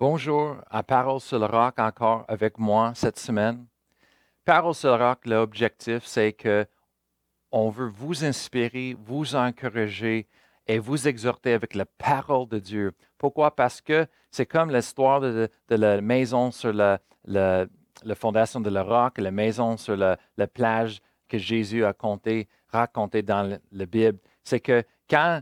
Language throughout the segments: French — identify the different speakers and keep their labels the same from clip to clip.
Speaker 1: Bonjour à Parole sur le roc encore avec moi cette semaine. Parole sur le roc, l'objectif, c'est que on veut vous inspirer, vous encourager et vous exhorter avec la parole de Dieu. Pourquoi? Parce que c'est comme l'histoire de la maison sur la fondation de la roc, la maison sur la plage que Jésus a raconté dans la Bible. C'est que quand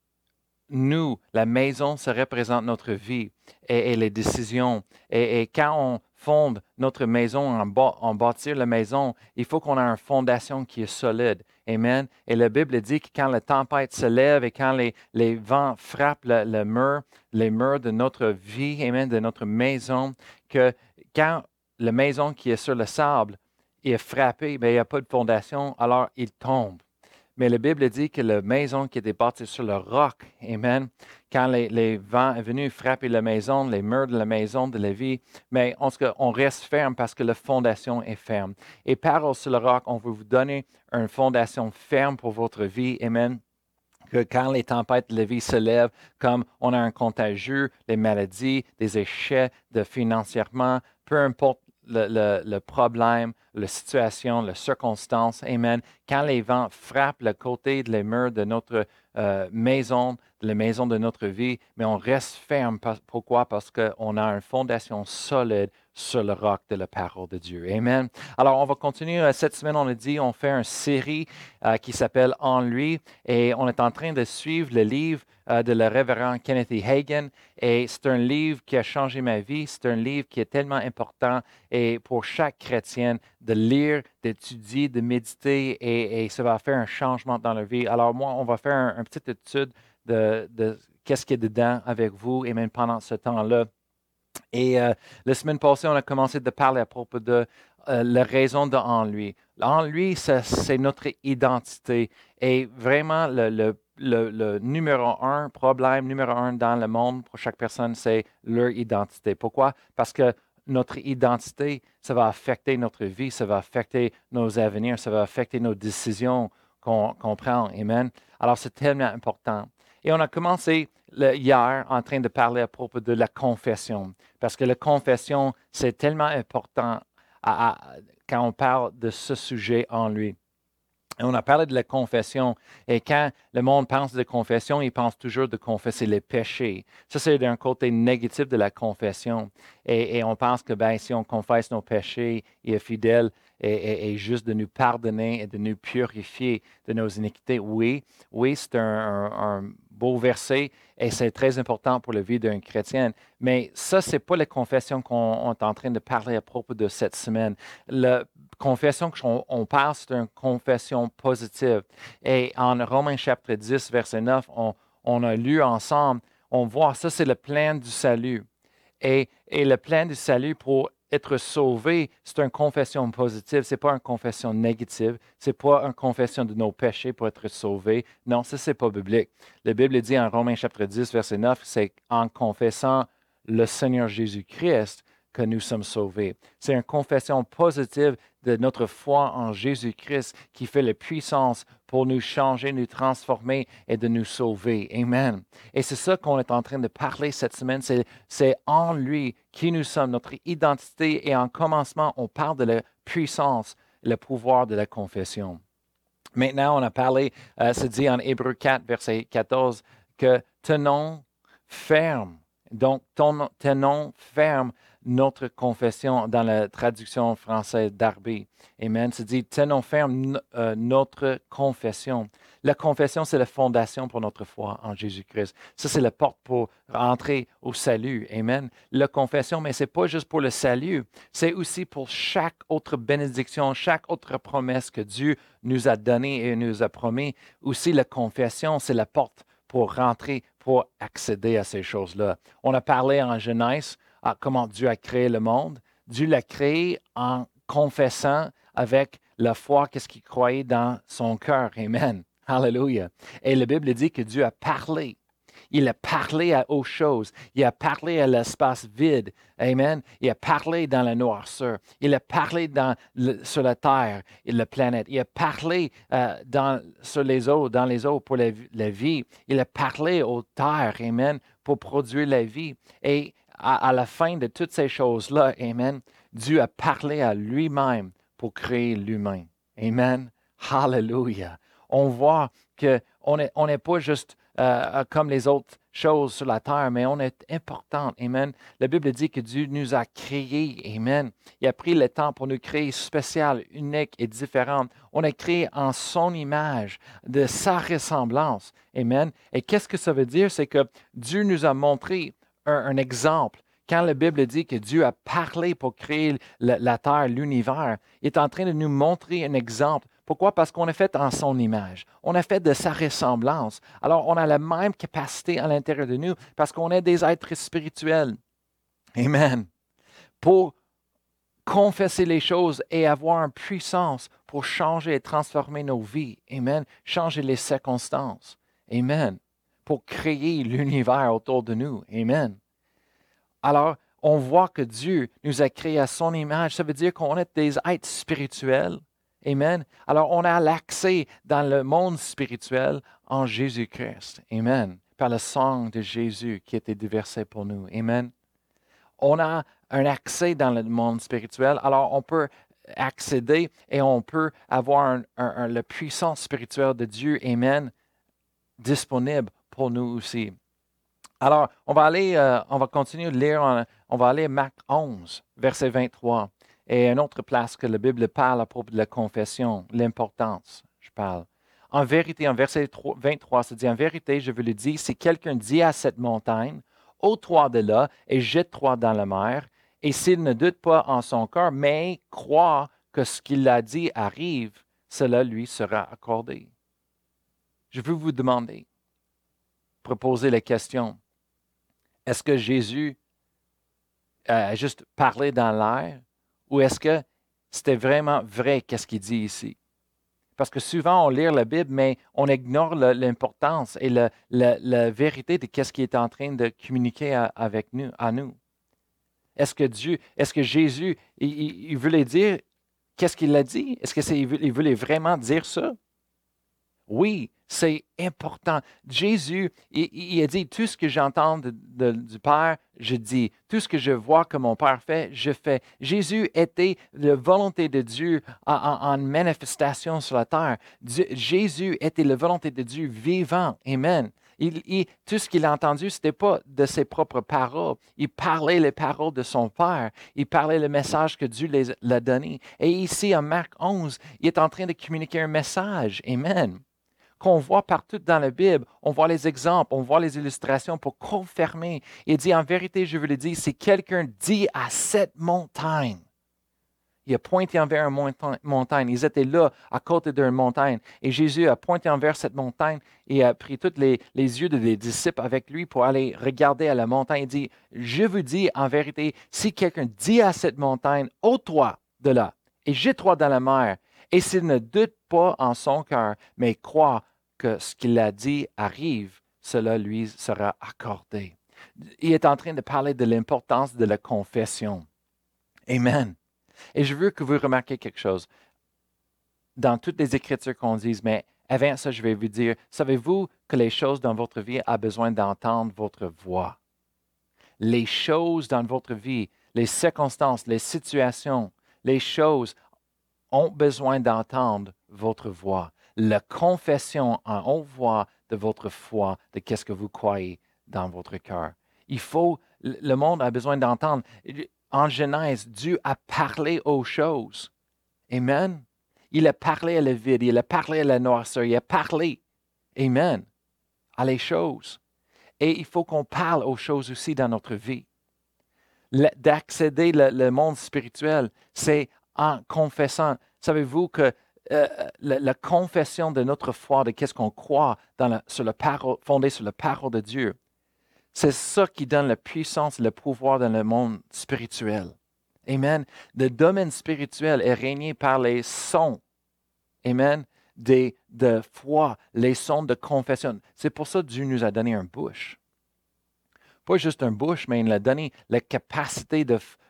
Speaker 1: nous, la maison, ça représente notre vie et les décisions. Et quand on fonde notre maison, en bâtir la maison, il faut qu'on ait une fondation qui est solide. Amen. Et la Bible dit que quand la tempête se lève et quand les vents frappent le mur, les murs de notre vie, amen, de notre maison, que quand la maison qui est sur le sable est frappée, bien, il n'y a pas de fondation, alors il tombe. Mais la Bible dit que la maison qui était bâtie sur le roc, amen, quand les vents sont venus frapper la maison, les murs de la maison, de la vie, mais on reste ferme parce que la fondation est ferme. Et Parole sur le roc, on veut vous donner une fondation ferme pour votre vie, amen, que quand les tempêtes de la vie se lèvent, comme on a un contagieux, les maladies, des échecs financièrement, peu importe le problème, la situation, la circonstance, amen. Quand les vents frappent le côté de les murs de notre maison, de la maison de notre vie, mais on reste ferme. Pourquoi? Parce qu'on a une fondation solide sur le roc de la parole de Dieu. Amen. Alors, on va continuer. Cette semaine, on a dit, on fait une série qui s'appelle En lui et on est en train de suivre le livre de le révérend Kenneth E. Hagin. Et c'est un livre qui a changé ma vie. C'est un livre qui est tellement important et pour chaque chrétienne de lire, d'étudier, de méditer et ça va faire un changement dans leur vie. Alors moi, on va faire une petite étude de qu'est-ce qu'il y a dedans avec vous et même pendant ce temps-là. Et la semaine passée, on a commencé de parler à propos de la raison de en lui. En lui, c'est notre identité. Et vraiment, le numéro un, problème numéro un dans le monde pour chaque personne, c'est leur identité. Pourquoi? Parce que notre identité, ça va affecter notre vie, ça va affecter nos avenirs, ça va affecter nos décisions qu'on prend. Amen. Alors, c'est tellement important. Et on a commencé hier en train de parler à propos de la confession. Parce que la confession, c'est tellement important quand on parle de ce sujet en lui. Et on a parlé de la confession. Et quand le monde pense de confession, il pense toujours de confesser les péchés. Ça, c'est un côté négatif de la confession. Et on pense que ben, si on confesse nos péchés, il est fidèle et juste de nous pardonner et de nous purifier de nos iniquités. Oui, oui, c'est un beau verset et c'est très important pour la vie d'un chrétien. Mais ça, ce n'est pas la confession qu'on est en train de parler à propos de cette semaine. La confession qu'on parle, c'est une confession positive. Et en Romains chapitre 10, verset 9, on a lu ensemble, on voit ça, c'est le plan du salut. Et le plan du salut pour être sauvé, c'est une confession positive, ce n'est pas une confession négative, ce n'est pas une confession de nos péchés pour être sauvé. Non, ça, ce n'est pas biblique. La Bible dit en Romains chapitre 10, verset 9, c'est en confessant le Seigneur Jésus-Christ que nous sommes sauvés. C'est une confession positive de notre foi en Jésus-Christ qui fait la puissance pour nous changer, nous transformer et de nous sauver. Amen. Et c'est ça qu'on est en train de parler cette semaine. C'est en lui qui nous sommes, notre identité. Et en commencement, on parle de la puissance, le pouvoir de la confession. Maintenant, on a parlé, c'est dit en Hébreux 4, verset 14, que tenons ferme. Donc, tenons ferme notre confession dans la traduction française d'Arby. Amen. C'est dit, tenons ferme notre confession. La confession, c'est la fondation pour notre foi en Jésus-Christ. Ça, c'est la porte pour entrer au salut. Amen. La confession, mais ce n'est pas juste pour le salut, c'est aussi pour chaque autre bénédiction, chaque autre promesse que Dieu nous a donnée et nous a promis. Aussi, la confession, c'est la porte pour rentrer, pour accéder à ces choses-là. On a parlé en Genèse comment Dieu a créé le monde. Dieu l'a créé en confessant avec la foi qu'est-ce qu'il croyait dans son cœur. Amen. Hallelujah. Et la Bible dit que Dieu a parlé. Il a parlé aux choses. Il a parlé à l'espace vide. Amen. Il a parlé dans la noirceur. Il a parlé sur la terre et la planète. Il a parlé sur les eaux, dans les eaux pour la vie. Il a parlé aux terres. Amen. Pour produire la vie. Et à la fin de toutes ces choses-là, amen, Dieu a parlé à lui-même pour créer l'humain. Amen. Hallelujah. On voit qu'on n'est pas juste comme les autres choses sur la terre, mais on est important. Amen. La Bible dit que Dieu nous a créés. Amen. Il a pris le temps pour nous créer spécial, unique et différent. On est créé en son image, de sa ressemblance. Amen. Et qu'est-ce que ça veut dire? C'est que Dieu nous a montré un exemple. Quand la Bible dit que Dieu a parlé pour créer la terre, l'univers, il est en train de nous montrer un exemple. Pourquoi? Parce qu'on est fait en son image. On est fait de sa ressemblance. Alors, on a la même capacité à l'intérieur de nous parce qu'on est des êtres spirituels. Amen. Pour confesser les choses et avoir une puissance pour changer et transformer nos vies. Amen. Changer les circonstances. Amen. Pour créer l'univers autour de nous. Amen. Alors, on voit que Dieu nous a créés à son image. Ça veut dire qu'on est des êtres spirituels. Amen. Alors, on a l'accès dans le monde spirituel en Jésus-Christ. Amen. Par le sang de Jésus qui a été déversé pour nous. Amen. On a un accès dans le monde spirituel. Alors, on peut accéder et on peut avoir la puissance spirituelle de Dieu. Amen. Disponible pour nous aussi. Alors, on va continuer de lire, on va aller à Marc 11, verset 23, et une autre place que la Bible parle à propos de la confession, l'importance, je parle. En vérité, en verset 23, ça dit, en vérité, je vous le dis, si quelqu'un dit à cette montagne, ôte-toi de là et jette-toi dans la mer, et s'il ne doute pas en son cœur, mais croit que ce qu'il a dit arrive, cela lui sera accordé. Je veux vous demander, proposer la question, est-ce que Jésus a juste parlé dans l'air ou est-ce que c'était vraiment vrai qu'est-ce qu'il dit ici? Parce que souvent, on lit la Bible, mais on ignore l'importance et la vérité de qu'est-ce qu'il est en train de communiquer avec nous, à nous. Est-ce que Jésus, il voulait dire qu'est-ce qu'il a dit? Est-ce qu'il voulait vraiment dire ça? Oui, c'est important. Jésus, il a dit, tout ce que j'entends du Père, je dis. Tout ce que je vois que mon Père fait, je fais. Jésus était la volonté de Dieu en manifestation sur la terre. Jésus était la volonté de Dieu vivant. Amen. Tout ce qu'il a entendu, ce n'était pas de ses propres paroles. Il parlait les paroles de son Père. Il parlait le message que Dieu l'a donné. Et ici, en Marc 11, il est en train de communiquer un message. Amen. Qu'on voit partout dans la Bible. On voit les exemples, on voit les illustrations pour confirmer. Il dit, en vérité, je vous le dis, si quelqu'un dit à cette montagne, il a pointé envers une montagne. Ils étaient là, à côté d'une montagne. Et Jésus a pointé envers cette montagne et a pris tous les yeux des disciples avec lui pour aller regarder à la montagne. Il dit, je vous dis en vérité, si quelqu'un dit à cette montagne, ôte-toi de là et jette-toi dans la mer, et s'il ne doute pas en son cœur, mais croit que ce qu'il a dit arrive, cela lui sera accordé. Il est en train de parler de l'importance de la confession. Amen. Et je veux que vous remarquiez quelque chose. Dans toutes les Écritures qu'on dise, mais avant ça, je vais vous dire, savez-vous que les choses dans votre vie ont besoin d'entendre votre voix? Les choses dans votre vie, les circonstances, les situations, les choses ont besoin d'entendre votre voix. La confession en haute voix de votre foi, de qu'est-ce que vous croyez dans votre cœur. Le monde a besoin d'entendre. En Genèse, Dieu a parlé aux choses. Amen. Il a parlé à la vide, il a parlé à la noirceur, il a parlé, amen, à les choses. Et il faut qu'on parle aux choses aussi dans notre vie. D'accéder le monde spirituel, c'est en confessant. Savez-vous que la confession de notre foi, de qu'est-ce qu'on croit fondé sur la parole de Dieu, c'est ça qui donne la puissance et le pouvoir dans le monde spirituel. Amen. Le domaine spirituel est régné par les sons. Amen. De foi, les sons de confession. C'est pour ça que Dieu nous a donné un bouche. Pas juste un bouche, mais il nous a donné la capacité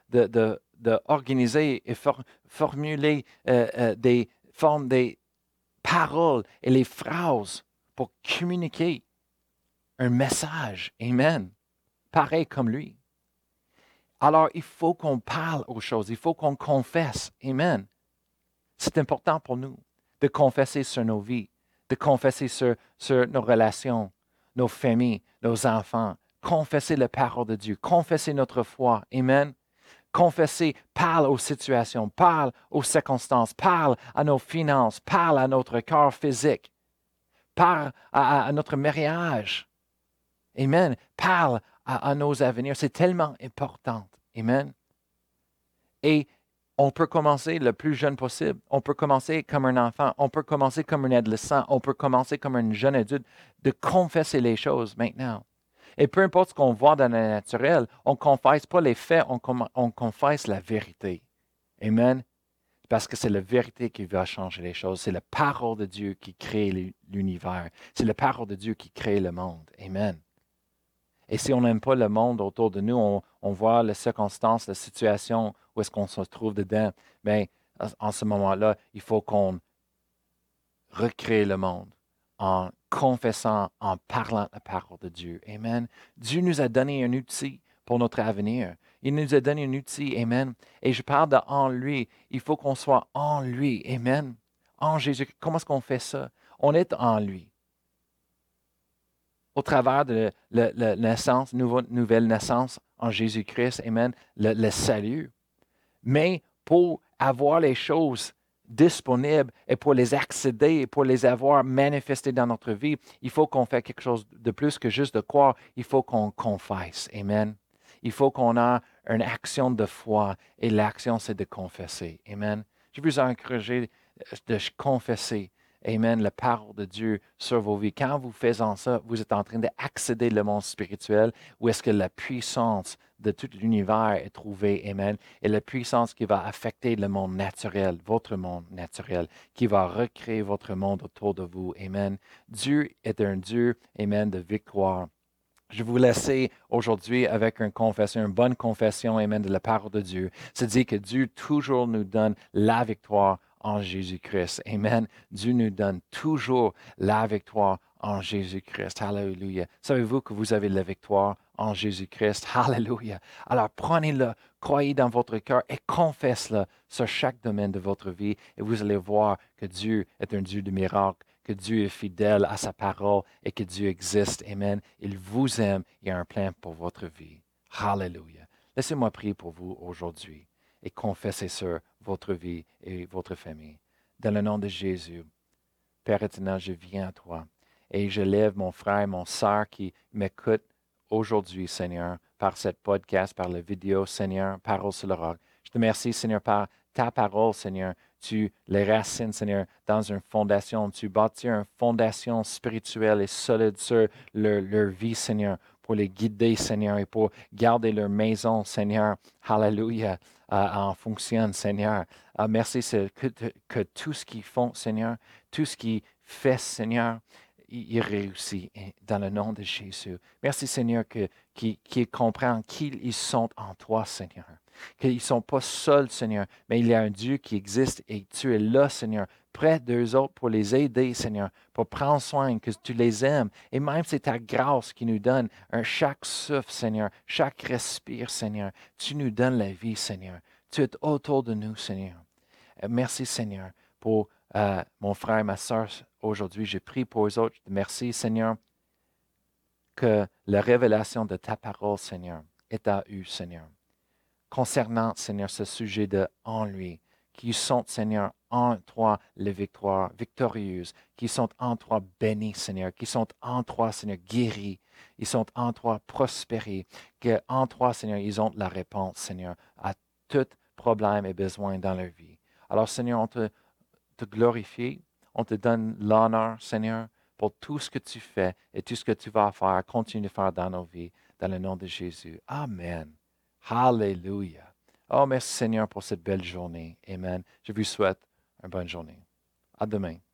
Speaker 1: d'organiser et formuler des formes, des paroles et les phrases pour communiquer un message. Amen. Pareil comme lui. Alors, il faut qu'on parle aux choses, il faut qu'on confesse. Amen. C'est important pour nous de confesser sur nos vies, de confesser sur nos relations, nos familles, nos enfants. Confesser la parole de Dieu, confesser notre foi. Amen. Confesser, parle aux situations, parle aux circonstances, parle à nos finances, parle à notre corps physique, parle à notre mariage. Amen. Parle à nos avenirs. C'est tellement important. Amen. Et on peut commencer le plus jeune possible. On peut commencer comme un enfant. On peut commencer comme un adolescent. On peut commencer comme un jeune adulte de confesser les choses maintenant. Et peu importe ce qu'on voit dans le naturel, on ne confesse pas les faits, on confesse la vérité. Amen. Parce que c'est la vérité qui va changer les choses. C'est la parole de Dieu qui crée l'univers. C'est la parole de Dieu qui crée le monde. Amen. Et si on n'aime pas le monde autour de nous, on voit les circonstances, la situation où est-ce qu'on se trouve dedans, bien, en ce moment-là, il faut qu'on recrée le monde en confessant, en parlant la parole de Dieu. Amen. Dieu nous a donné un outil pour notre avenir. Il nous a donné un outil. Amen. Et je parle de en lui. Il faut qu'on soit en lui. Amen. En Jésus. Comment est-ce qu'on fait ça? On est en lui. Au travers de la naissance, nouvelle naissance en Jésus-Christ, amen, le salut. Mais pour avoir les choses disponibles et pour les accéder et pour les avoir manifestées dans notre vie, il faut qu'on fasse quelque chose de plus que juste de croire. Il faut qu'on confesse. Amen. Il faut qu'on ait une action de foi et l'action, c'est de confesser. Amen. Je vous encourager de confesser. Amen, la parole de Dieu sur vos vies. Quand vous faites ça, vous êtes en train d'accéder le monde spirituel où est-ce que la puissance de tout l'univers est trouvée. Amen. Et la puissance qui va affecter le monde naturel, votre monde naturel, qui va recréer votre monde autour de vous. Amen. Dieu est un Dieu, amen, de victoire. Je vais vous laisser aujourd'hui avec une bonne confession, amen, de la parole de Dieu. C'est-à-dire que Dieu toujours nous donne la victoire en Jésus-Christ. Amen. Dieu nous donne toujours la victoire en Jésus-Christ. Alléluia. Savez-vous que vous avez la victoire en Jésus-Christ? Alléluia. Alors prenez-le, croyez dans votre cœur et confesse-le sur chaque domaine de votre vie et vous allez voir que Dieu est un Dieu de miracles, que Dieu est fidèle à sa parole et que Dieu existe. Amen. Il vous aime. Il y a un plan pour votre vie. Alléluia. Laissez-moi prier pour vous aujourd'hui et confesser sur votre vie et votre famille. Dans le nom de Jésus, Père éternel, je viens à toi et je lève mon frère, mon sœur qui m'écoute aujourd'hui, Seigneur, par cette podcast, par la vidéo, Seigneur, Parole sur le roc. Je te remercie, Seigneur, par ta parole, Seigneur. Tu les racines, Seigneur, dans une fondation. Tu bâtis une fondation spirituelle et solide sur leur vie, Seigneur, pour les guider, Seigneur, et pour garder leur maison, Seigneur. Hallelujah. En fonctionne, Seigneur. Merci que tout ce qu'ils font, Seigneur, tout ce qu'ils fait, Seigneur, il réussit dans le nom de Jésus. Merci, Seigneur, qu'ils comprennent qu'ils sont en toi, Seigneur. Qu'ils ne sont pas seuls, Seigneur, mais il y a un Dieu qui existe et tu es là, Seigneur, près d'eux autres pour les aider, Seigneur, pour prendre soin, que tu les aimes. Et même c'est ta grâce qui nous donne chaque souffle, Seigneur, chaque respire, Seigneur. Tu nous donnes la vie, Seigneur. Tu es autour de nous, Seigneur. Merci, Seigneur, pour mon frère et ma soeur aujourd'hui. Je prie pour eux autres. Merci, Seigneur, que la révélation de ta parole, Seigneur, est à eux, Seigneur. Concernant, Seigneur, ce sujet de en lui, qui sont, Seigneur, en toi les victoires victorieuses, qui sont en toi bénis, Seigneur, qui sont en toi, Seigneur, guéris, ils sont en toi prospérés, que en toi, Seigneur, ils ont la réponse, Seigneur, à tout problème et besoin dans leur vie. Alors, Seigneur, on te glorifie, on te donne l'honneur, Seigneur, pour tout ce que tu fais et tout ce que tu vas faire, continue de faire dans nos vies, dans le nom de Jésus. Amen. Hallelujah. Oh, merci Seigneur pour cette belle journée. Amen. Je vous souhaite une bonne journée. À demain.